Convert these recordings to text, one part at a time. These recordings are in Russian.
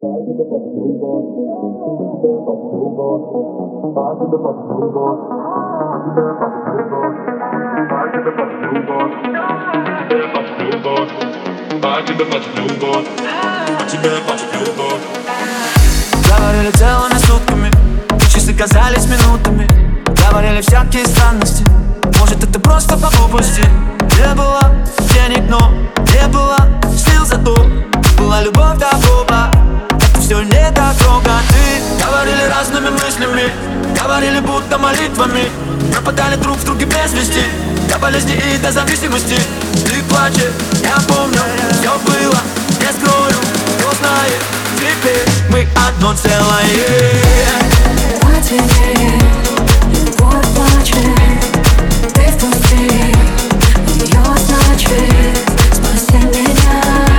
Говорили целыми сутками, часы казались минутами. Говорили всякие странности, может это просто по глупости. Не было денег, но не было сил, зато была любовь до гроба. Это все не так строго. Ты говорили разными мыслями, говорили будто молитвами. Пропадали друг в друге без вести, до болезни и до зависимости. Ты плачешь, я помню, все было, не скрою. Кто знает, теперь мы одно целое. По тебе любовь плачет, ты впусти ее, значит. Спаси меня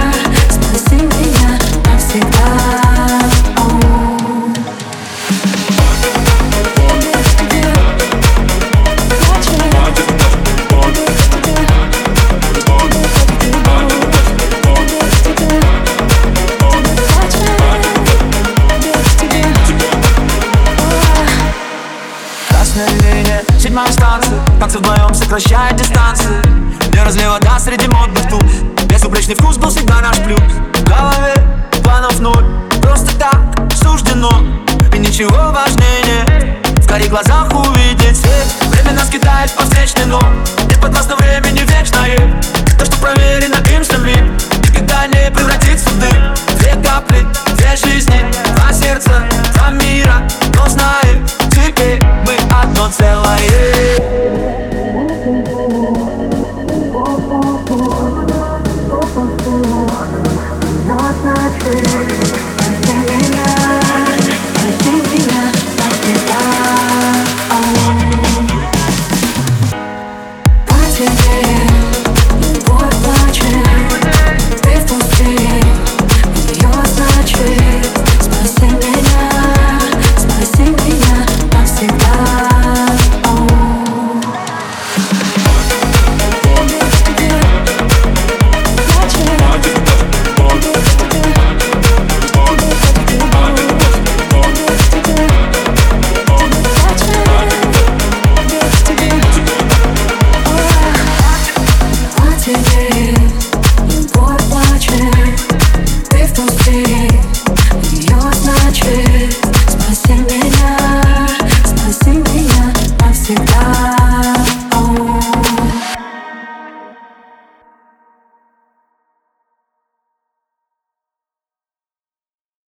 навсегда. Седьмая станция, танцы вдвоем сокращает дистанции. Не разлей вода среди модных туз, безупречный вкус был всегда наш плюс. В голове